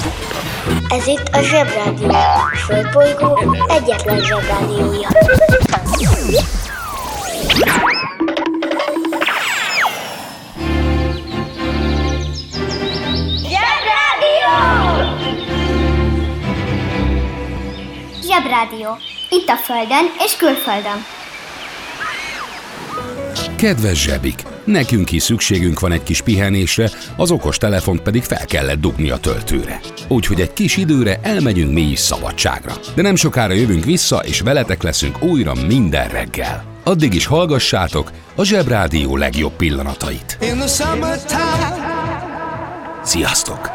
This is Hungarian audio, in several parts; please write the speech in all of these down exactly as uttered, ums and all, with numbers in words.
Ez itt a Zsebrádió, a Földbolygó egyetlen Zsebrádiója. Zsebrádió! Zsebrádió. Itt a Földön és külföldön. Kedves zsebik! Nekünk is szükségünk van egy kis pihenésre, az okos telefont pedig fel kellett dugni a töltőre. Úgyhogy egy kis időre elmegyünk mi is szabadságra. De nem sokára jövünk vissza, és veletek leszünk újra minden reggel. Addig is hallgassátok a Zsebrádió legjobb pillanatait. Sziasztok!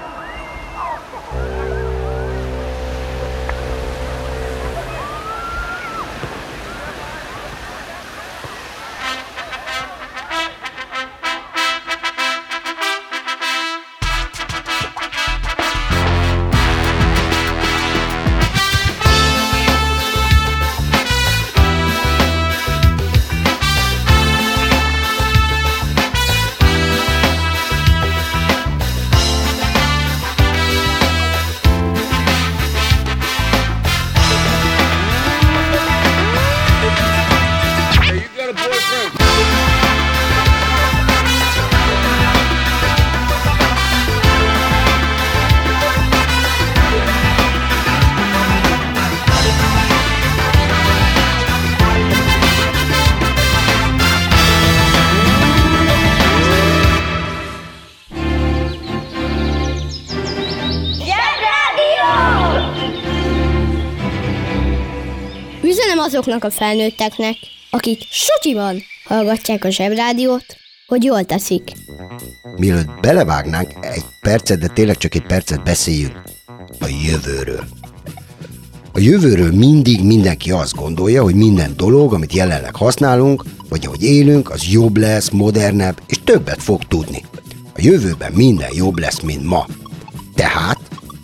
Üzenem azoknak a felnőtteknek, akik sutyiban hallgatják a Zsebrádiót, hogy jól teszik. Mielőtt belevágnánk egy percet, de tényleg csak egy percet beszéljünk a jövőről. A jövőről mindig mindenki azt gondolja, hogy minden dolog, amit jelenleg használunk, vagy ahogy élünk, az jobb lesz, modernebb, és többet fog tudni. A jövőben minden jobb lesz, mint ma. Tehát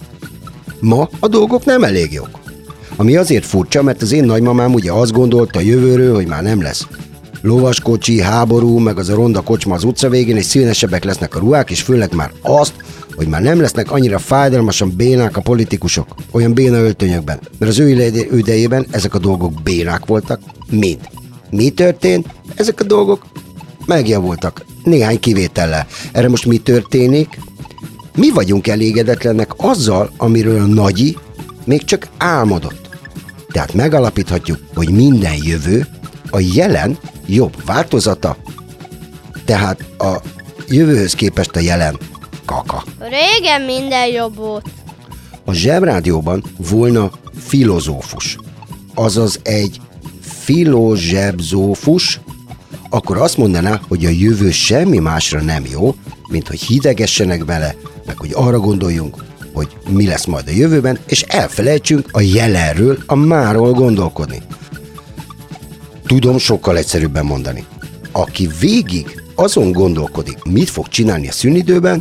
ma a dolgok nem elég jók. Ami azért furcsa, mert az én nagymamám ugye azt gondolta a jövőről, hogy már nem lesz lovaskocsi, háború, meg az a ronda kocsma az utca végén, és színesebbek lesznek a ruhák, és főleg már azt, hogy már nem lesznek annyira fájdalmasan bénák a politikusok, olyan béna öltönyökben. Mert az ő idejében ezek a dolgok bénák voltak, mind. Mi történt? Ezek a dolgok megjavultak, néhány kivétellel. Erre most mi történik? Mi vagyunk elégedetlenek azzal, amiről a nagyi még csak álmodott. Tehát megalapíthatjuk, hogy minden jövő a jelen jobb változata, tehát a jövőhöz képest a jelen kaka. Régen minden jobb volt. A Zsebrádióban volna filozófus, azaz egy filozsebzófus, akkor azt mondaná, hogy a jövő semmi másra nem jó, mint hogy hidegessenek bele, meg hogy arra gondoljunk, hogy mi lesz majd a jövőben, és elfelejtsünk a jelenről, a máról gondolkodni. Tudom sokkal egyszerűbben mondani. Aki végig azon gondolkodik, mit fog csinálni a szünidőben,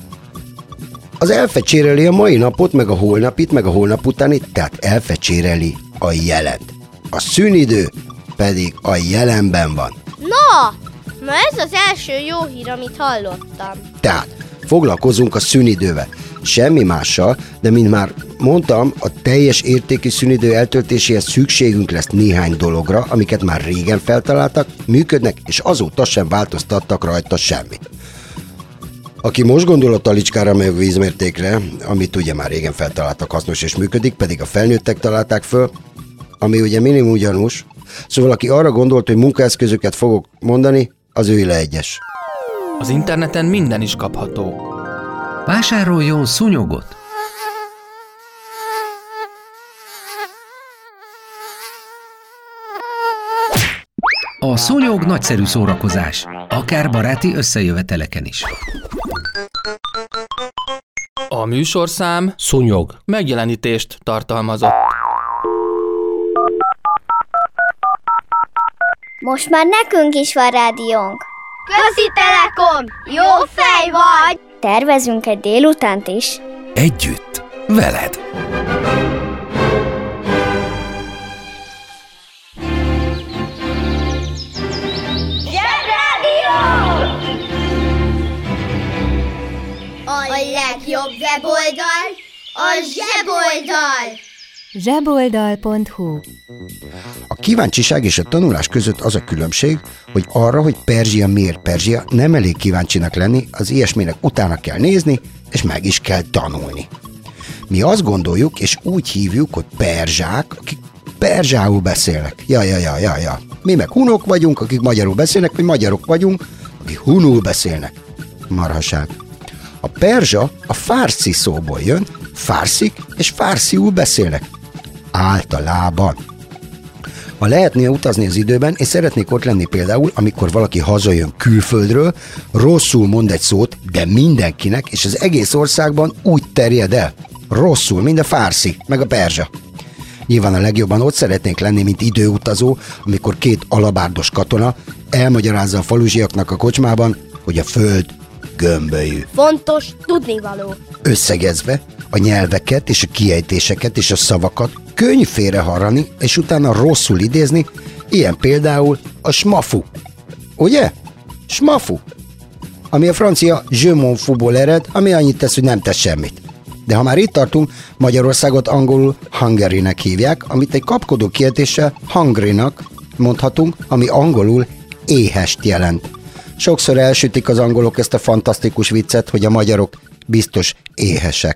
az elfecséreli a mai napot, meg a holnapit, meg a holnap utáni, tehát elfecséreli a jelent. A szünidő pedig a jelenben van. Na, na ez az első jó hír, amit hallottam. Tehát foglalkozunk a szünidővel. Semmi mással, de mint már mondtam, a teljes értékű szünidő eltöltéséhez szükségünk lesz néhány dologra, amiket már régen feltaláltak, működnek, és azóta sem változtattak rajta semmit. Aki most gondol a talicskára meg a vízmértékre, amit ugye már régen feltaláltak, hasznos és működik, pedig a felnőttek találták föl, ami ugye minimum ugyanús. Szóval aki arra gondolt, hogy munkaeszközöket fogok mondani, az ülj le egyes. Az interneten minden is kapható. Vásároljon szúnyogot! A szúnyog nagyszerű szórakozás, akár baráti összejöveteleken is. A műsorszám Szúnyog megjelenítést tartalmazott. Most már nekünk is van rádiónk. Köszi Telekom! Jó fej vagy! Tervezünk egy délutánt is. Együtt, veled! A legjobb weboldal a zseboldal! zseboldal pont hu. A kíváncsiság és a tanulás között az a különbség, hogy arra, hogy Perzsia miért Perzsia, nem elég kíváncsinak lenni, az ilyesminek utána kell nézni, és meg is kell tanulni. Mi azt gondoljuk, és úgy hívjuk, hogy perzsák, akik perzsául beszélnek. Ja, ja, ja, ja, ja. Mi meg hunok vagyunk, akik magyarul beszélnek, vagy magyarok vagyunk, akik hunul beszélnek. Marhaság. A perzsa a fárszi szóból jön, fárszik és fársziul beszélnek. Általában. Ha lehetne utazni az időben, és szeretnék ott lenni például, amikor valaki hazajön külföldről, rosszul mond egy szót, de mindenkinek, és az egész országban úgy terjed el. Rosszul, mind a fárszi, meg a perzsa. Nyilván a legjobban ott szeretnénk lenni, mint időutazó, amikor két alabárdos katona elmagyarázza a faluzsiaknak a kocsmában, hogy a föld gömbölyű. Fontos tudnivaló. Összegezve a nyelveket és a kiejtéseket és a szavakat könnyű félrehallani, és utána rosszul idézni, ilyen például a smafu. Ugye? Smafu. Ami a francia je m'en fous-ból ered, ami annyit tesz, hogy nem tesz semmit. De ha már itt tartunk, Magyarországot angolul Hungary-nek hívják, amit egy kapkodó kiejtéssel hungry-nak mondhatunk, ami angolul éhest jelent. Sokszor elsütik az angolok ezt a fantasztikus viccet, hogy a magyarok biztos éhesek.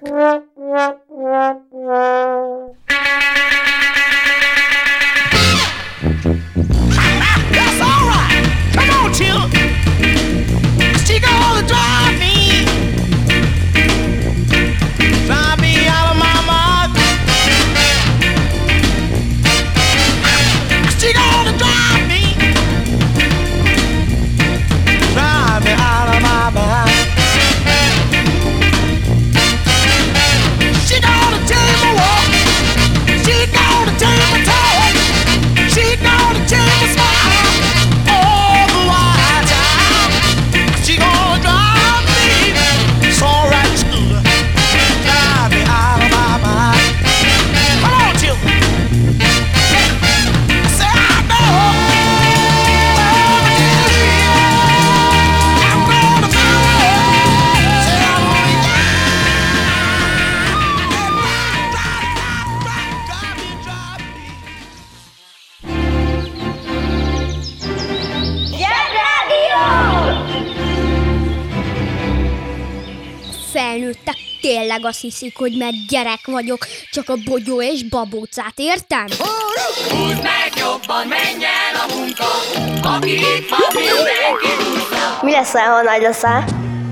Felnőttek tényleg azt hiszik, hogy mert gyerek vagyok, csak a bogyó és babócát értem? Húzd meg jobban, menj el a munka, aki itt van, mindenki húzza. Mi leszel, ha nagy leszel?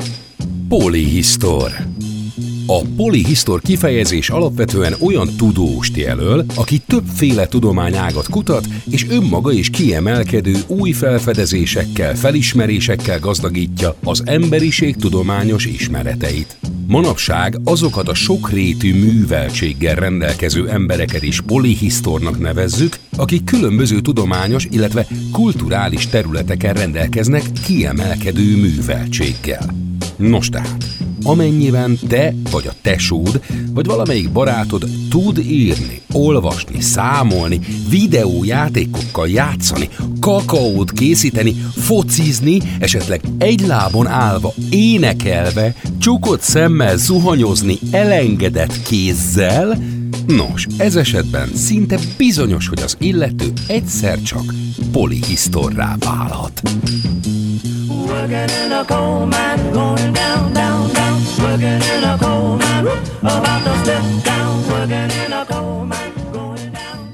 Polihisztor. A polihisztor kifejezés alapvetően olyan tudóst jelöl, aki többféle tudományágat kutat, és önmaga is kiemelkedő új felfedezésekkel, felismerésekkel gazdagítja az emberiség tudományos ismereteit. Manapság azokat a sokrétű műveltséggel rendelkező embereket is polihisztornak nevezzük, akik különböző tudományos, illetve kulturális területeken rendelkeznek kiemelkedő műveltséggel. Nos tehát, amennyiben te vagy a tesód, vagy valamelyik barátod tud írni, olvasni, számolni, videójátékokkal játszani, kakaót készíteni, focizni, esetleg egy lábon állva, énekelve, csukott szemmel zuhanyozni, elengedett kézzel, nos, ez esetben szinte bizonyos, hogy az illető egyszer csak polihisztorrá válhat. Working in a coal mine, going down, down, down. Working in a coal mine, about to step down. Working in a coal mine, going down,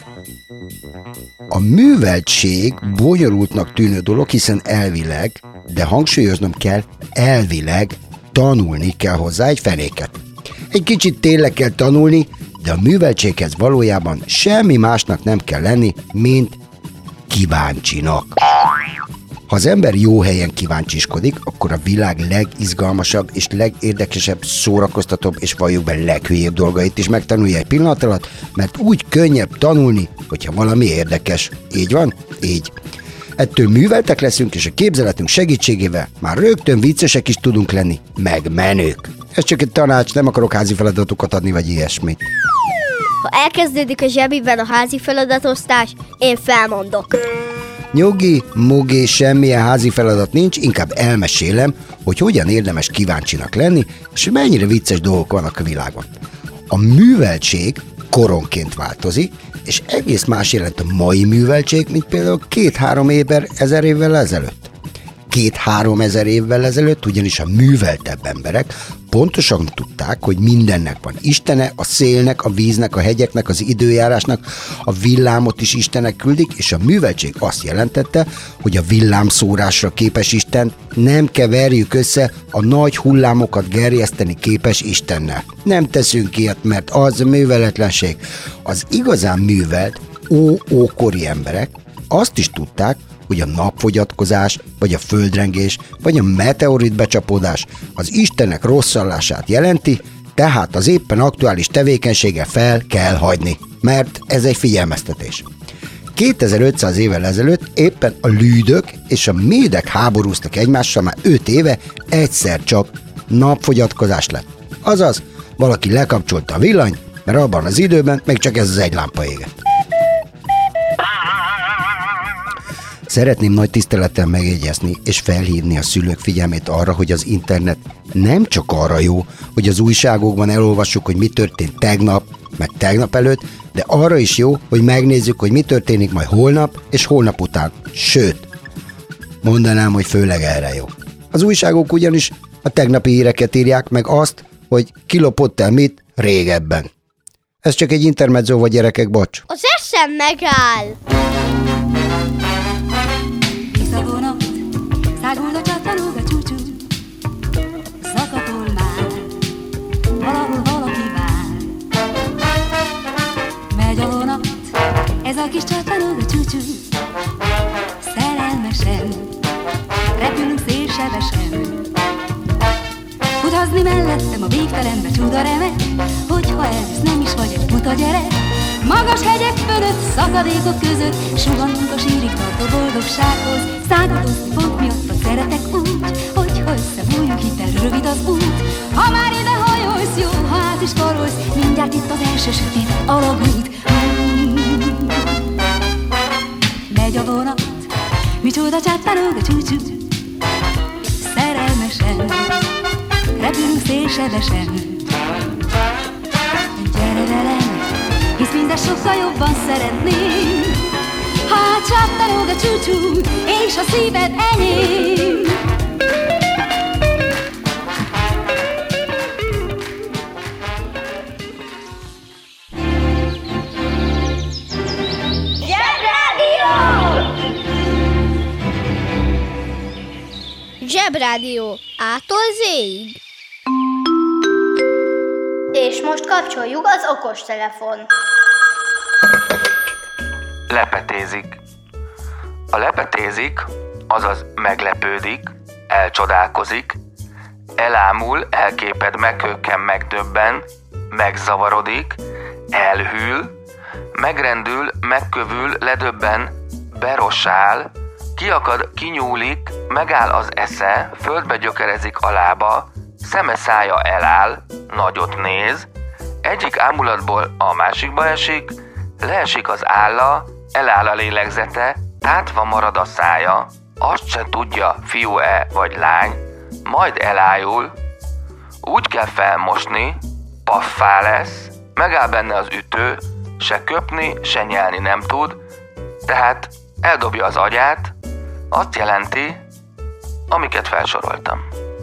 down. A műveltség bonyolultnak tűnő dolog, hiszen elvileg, de hangsúlyoznom kell, elvileg tanulni kell hozzá egy fenéket. Egy kicsit tényleg kell tanulni, de a műveltséghez valójában semmi másnak nem kell lenni, mint kíváncsinak. Ha az ember jó helyen kíváncsiskodik, akkor a világ legizgalmasabb és legérdekesebb, szórakoztatóbb és valljuk be leghülyébb dolgait is megtanulja egy pillanat alatt, mert úgy könnyebb tanulni, hogyha valami érdekes. Így van? Így. Ettől műveltek leszünk, és a képzeletünk segítségével már rögtön viccesek is tudunk lenni, meg menők. Ez csak egy tanács, nem akarok házi feladatokat adni, vagy ilyesmi. Ha elkezdődik a zsebiben a házi feladatosztás, én felmondok. Nyugi, mugi, semmilyen házi feladat nincs, inkább elmesélem, hogy hogyan érdemes kíváncsinak lenni, és mennyire vicces dolgok vannak a világon. A műveltség koronként változik, és egész más jelent a mai műveltség, mint például két-három évvel, ezer évvel ezelőtt. Két-három ezer évvel ezelőtt ugyanis a műveltebb emberek pontosan tudták, hogy mindennek van istene, a szélnek, a víznek, a hegyeknek, az időjárásnak, a villámot is Istenek küldik, és a műveltség azt jelentette, hogy a villámszórásra képes Istent nem keverjük össze a nagy hullámokat gerjeszteni képes Istennel. Nem teszünk ilyet, mert az műveletlenség. Az igazán művelt, ó-ókori emberek azt is tudták, hogy a napfogyatkozás, vagy a földrengés, vagy a meteorit becsapódás az Istenek rosszallását jelenti, tehát az éppen aktuális tevékenysége fel kell hagyni, mert ez egy figyelmeztetés. kétezer-ötszáz évvel ezelőtt éppen a lűdök és a médek háborúztak egymással már öt éve, egyszer csak napfogyatkozás lett. Azaz, valaki lekapcsolta a villanyt, mert abban az időben még csak ez az egy lámpa égett. Szeretném nagy tisztelettel megjegyezni és felhívni a szülők figyelmét arra, hogy az internet nem csak arra jó, hogy az újságokban elolvassuk, hogy mi történt tegnap, meg tegnap előtt, de arra is jó, hogy megnézzük, hogy mi történik majd holnap és holnap után. Sőt, mondanám, hogy főleg erre jó. Az újságok ugyanis a tegnapi híreket írják, meg azt, hogy kilopott el mit régebben. Ez csak egy intermezzo, vagy gyerekek, bocs. Az eszem megáll! Száguld a csattanóg a csúcsú, szakadol már, valahol valaki vár. Megy a vonat, ez a kis csattanóg a csúcsú, szerelmesen, repülünk szélsebesen. Futhazni mellettem a végtelenbe csuda remek, hogyha ez nem is vagy egy buta gyerek. Magas hegyek fölött, szakadékok között suhantunk a sírig tartó boldogsághoz. Száguldozni pont miatt szeretek úgy, hogyha összebújunk, hidd rövid az út. Ha már ide hajolsz, jó, ha át is karolsz, mindjárt itt az első sötét alagút. Hmm. Megy a vonat, micsoda csattanóg a csúcsú, szerelmesen, repülünk szélsebesen. Gyere velem, hisz minden sokkal jobban szeretném, ha csattanóg a csúcsú, és a szíved enyém. Zsebrádió! Zsebrádió A-tól Z-ig. És most kapcsoljuk az okostelefon. Lepetézik. A lepetézik, azaz meglepődik, elcsodálkozik, elámul, elképed meghökken, megdöbben, megzavarodik, elhűl, megrendül, megkövül, ledöbben, berossál, kiakad, kinyúlik, megáll az esze, földbe gyökerezik a lába, szeme szája eláll, nagyot néz, egyik ámulatból a másikba esik, leesik az álla, eláll a lélegzete, tátva marad a szája, azt se tudja, fiú-e vagy lány, majd elájul, úgy kell felmosni, paffá lesz, megáll benne az ütő, se köpni, se nyelni nem tud, tehát eldobja az agyát, azt jelenti, amiket felsoroltam.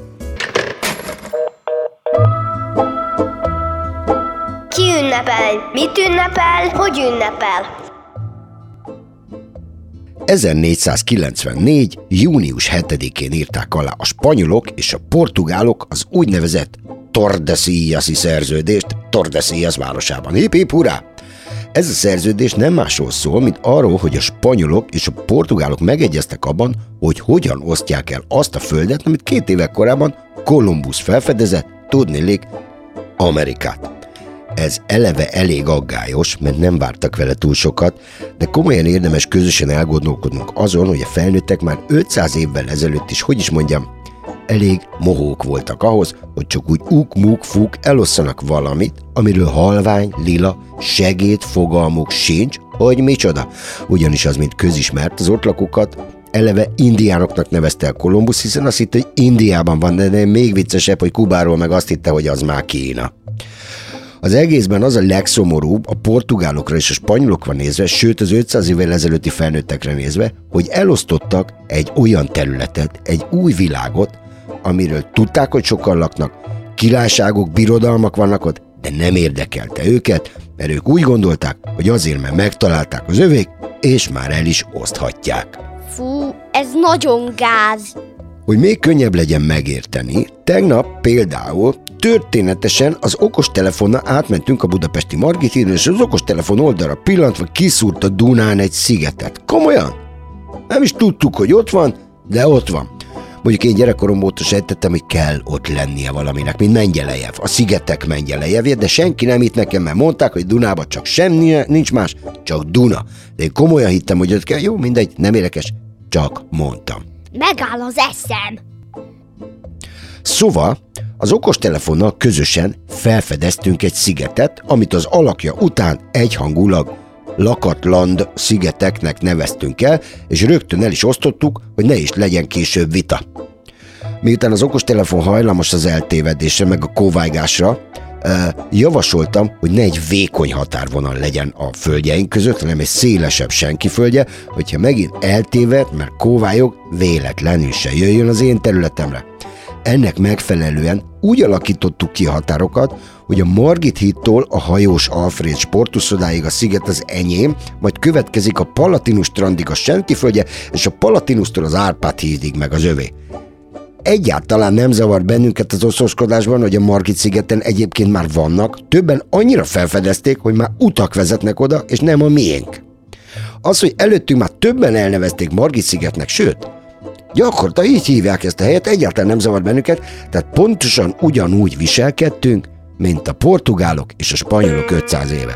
Ki ünnepel? Mit ünnepel? Hogy ünnepel? ezernégyszázkilencvennégy. június hetedikén írták alá a spanyolok és a portugálok az úgynevezett Tordesillas-i szerződést Tordesillas városában. Hip hip hurrá! Ez a szerződés nem másról szól, mint arról, hogy a spanyolok és a portugálok megegyeztek abban, hogy hogyan osztják el azt a földet, amit két évvel korábban Kolumbusz felfedezett, tudniillik Amerikát. Ez eleve elég aggályos, mert nem vártak vele túl sokat, de komolyan érdemes közösen elgondolkodnunk azon, hogy a felnőttek már ötszáz évvel ezelőtt is, hogy is mondjam, elég mohók voltak ahhoz, hogy csak úgy uk-muk-fuk elosszanak valamit, amiről halvány, lila, segéd fogalmuk sincs, hogy micsoda. Ugyanis az, mint közismert, az ott lakókat eleve indiánoknak nevezte el Kolumbusz, hiszen azt hitte, hogy Indiában van, de még viccesebb, hogy Kubáról meg azt hitte, hogy az már Kína. Az egészben az a legszomorúbb a portugálokra és a spanyolokra nézve, sőt az ötszáz évvel ezelőtti felnőttekre nézve, hogy elosztottak egy olyan területet, egy új világot, amiről tudták, hogy sokan laknak, királyságok, birodalmak vannak ott, de nem érdekelte őket, mert ők úgy gondolták, hogy azért, mert megtalálták az övék, és már el is oszthatják. Fú, ez nagyon gáz. Hogy még könnyebb legyen megérteni, tegnap például történetesen az okostelefonnal átmentünk a budapesti Margit hídon, és az okostelefon oldalra pillantva kiszúrt a Dunán egy szigetet. Komolyan? Nem is tudtuk, hogy ott van, de ott van. Mondjuk én gyerekkorom óta sejtettem, hogy kell ott lennie valaminek, mint Mengyelejev, a szigetek Mengyelejevje, de senki nem hitt nekem, mert mondták, hogy Dunában csak semmi, nincs más, csak Duna. De én komolyan hittem, hogy ott kell, jó, mindegy, nem érdekes, csak mondtam. Megáll az eszem. Szóval az okostelefonnal közösen felfedeztünk egy szigetet, amit az alakja után egyhangulag Lakatland szigeteknek neveztünk el, és rögtön el is osztottuk, hogy ne is legyen később vita. Miután az okostelefon hajlamos az eltévedésre meg a kóvájgásra, javasoltam, hogy ne egy vékony határvonal legyen a földjeink között, hanem egy szélesebb senki földje, hogyha megint eltéved, mert kóvályog, véletlenül se jöjjön az én területemre. Ennek megfelelően úgy alakítottuk ki a határokat, hogy a Margit hídtól a hajós Alfred sportuszodáig a sziget az enyém, majd következik a Palatinus strandig a senki földje, és a Palatinustól az Árpád hídig meg az övé. Egyáltalán nem zavar bennünket az osztoskodásban, hogy a Margit szigeten egyébként már vannak, többen annyira felfedezték, hogy már utak vezetnek oda, és nem a miénk. Az, hogy előttünk már többen elnevezték Margit szigetnek, sőt, gyakorta így hívják ezt a helyet, egyáltalán nem zavar bennünket, tehát pontosan ugyanúgy viselkedtünk, mint a portugálok és a spanyolok ötszáz éve.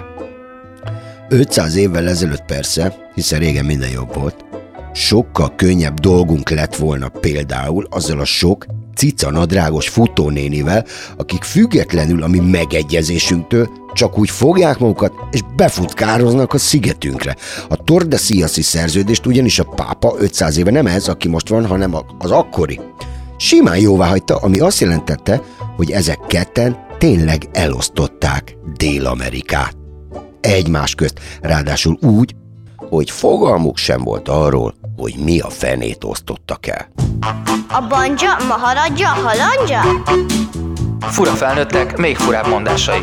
ötszáz évvel ezelőtt persze, hiszen régen minden jobb volt, sokkal könnyebb dolgunk lett volna például azzal a sok cicanadrágos futónénivel, akik függetlenül a mi megegyezésünktől csak úgy fogják magukat és befutkároznak a szigetünkre. A Tordesillas-i szerződést ugyanis a pápa ötszáz éve nem ez, aki most van, hanem az akkori. Simán jóváhagyta, ami azt jelentette, hogy ezek ketten tényleg elosztották Dél-Amerikát. Egymás közt, ráadásul úgy, hogy fogalmuk sem volt arról, hogy mi a fenét osztottak el. A banja, maharadja, halandja? Fura felnőttek, még furább mondásai.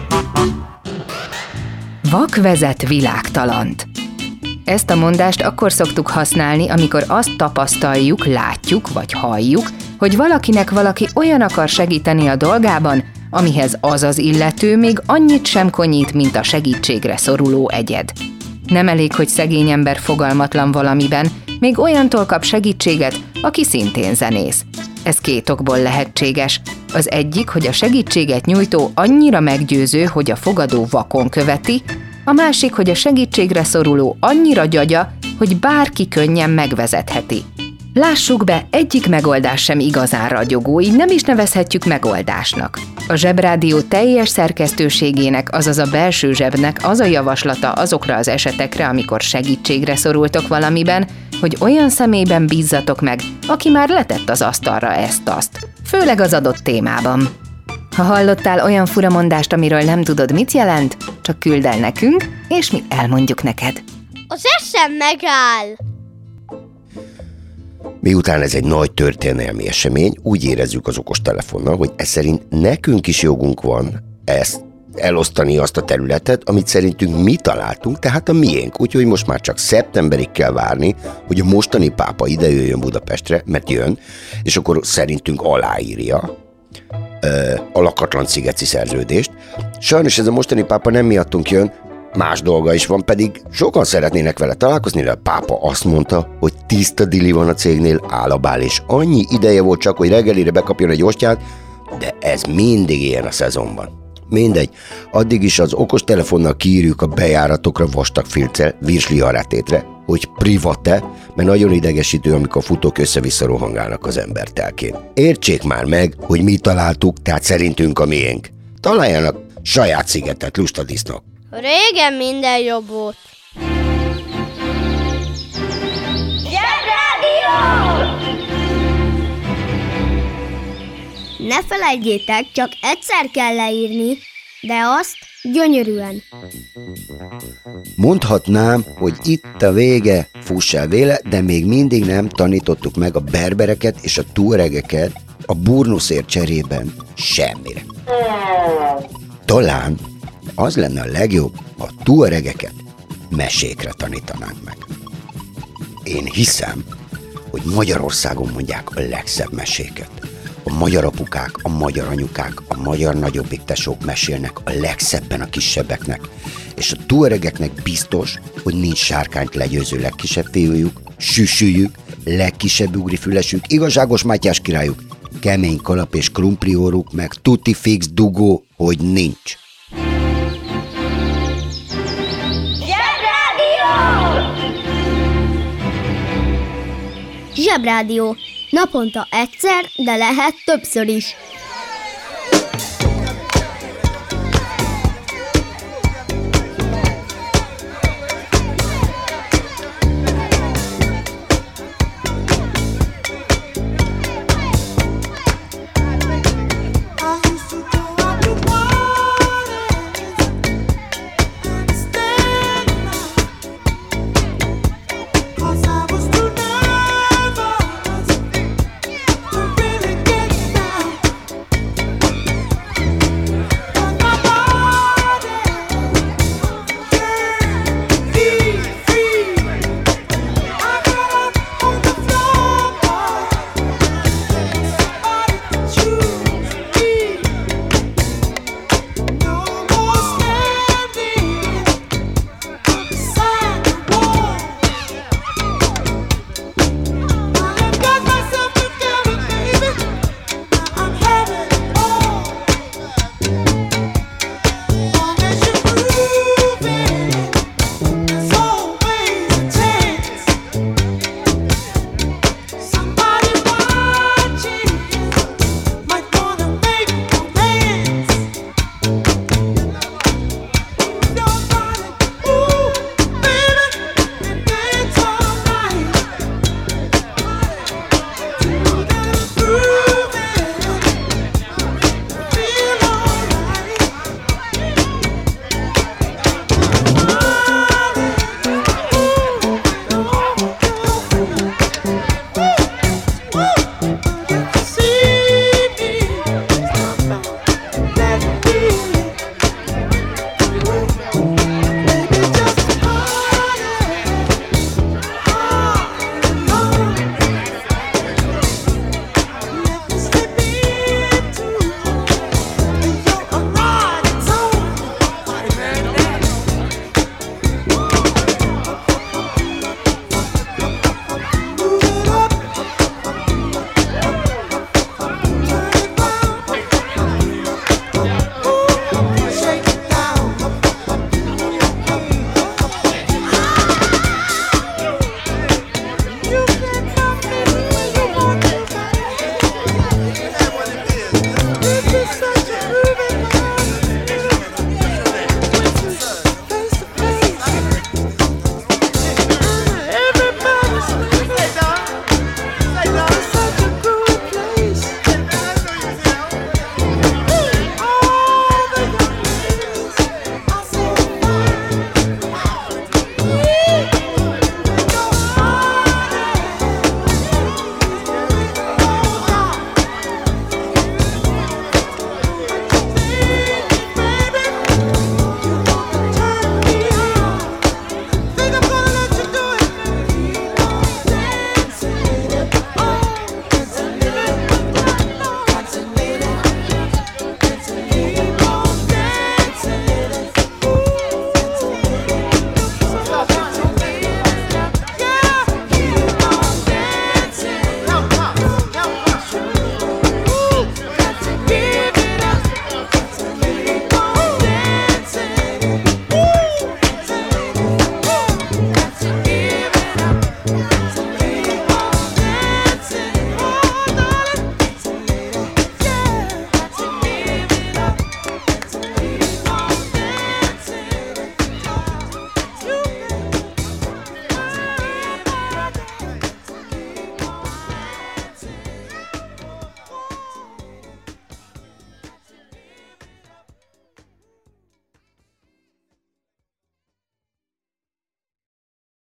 Vak vezet világtalant. Ezt a mondást akkor szoktuk használni, amikor azt tapasztaljuk, látjuk vagy halljuk, hogy valakinek valaki olyan akar segíteni a dolgában, amihez az az illető még annyit sem konyít, mint a segítségre szoruló egyed. Nem elég, hogy szegény ember fogalmatlan valamiben, még olyantól kap segítséget, aki szintén zenész. Ez két okból lehetséges. Az egyik, hogy a segítséget nyújtó annyira meggyőző, hogy a fogadó vakon követi, a másik, hogy a segítségre szoruló annyira gyagya, hogy bárki könnyen megvezetheti. Lássuk be, egyik megoldás sem igazán ragyogó, így nem is nevezhetjük megoldásnak. A Zsebrádió teljes szerkesztőségének, azaz a belső zsebnek az a javaslata azokra az esetekre, amikor segítségre szorultok valamiben, hogy olyan személyben bízzatok meg, aki már letett az asztalra ezt-azt, főleg az adott témában. Ha hallottál olyan furamondást, amiről nem tudod, mit jelent, csak küld el nekünk, és mi elmondjuk neked. Az eszem megáll! Miután ez egy nagy történelmi esemény, úgy érezzük az okostelefonnal, hogy ez szerint nekünk is jogunk van ezt elosztani azt a területet, amit szerintünk mi találtunk, tehát a miénk. Úgyhogy most már csak szeptemberig kell várni, hogy a mostani pápa ide jöjjön Budapestre, mert jön, és akkor szerintünk aláírja a Lakatland-szigeti szerződést. Sajnos ez a mostani pápa nem miattunk jön, más dolga is van, pedig sokan szeretnének vele találkozni, de a pápa azt mondta, hogy tiszta dili van a cégnél, áll a bál, és annyi ideje volt csak, hogy reggelire bekapjon egy ostját, de ez mindig ilyen a szezonban. Mindegy, addig is az okostelefonnal kiírjuk a bejáratokra vastag filccel, virsliarátétre, hogy private, mert nagyon idegesítő, amikor a futók össze-vissza rohangálnak az ember telkén. Értsék már meg, hogy mi találtuk, tehát szerintünk a miénk. Találjanak saját szigetet, lustadisznok. Régen minden jobb volt. ne felejtjétek, csak egyszer kell leírni, de azt gyönyörűen. Mondhatnám, hogy itt a vége, fuss el véle, de még mindig nem tanítottuk meg a berbereket és a tuaregeket a burnuszért cserében semmire. Talán az lenne a legjobb, ha a tuaregeket mesékre tanítanánk meg. Én hiszem, hogy Magyarországon mondják a legszebb meséket. A magyar apukák, a magyar anyukák, a magyar nagyobbik tesók mesélnek a legszebben a kisebbeknek, és a tuaregeknek biztos, hogy nincs sárkányt legyőző legkisebb fiújuk, süsüjük, legkisebb ugrifülesük, igazságos Mátyás királyuk, kemény kalap és krumplióruk, meg tutti fix dugó, hogy nincs. Zsebrádió. Naponta egyszer, de lehet többször is. This is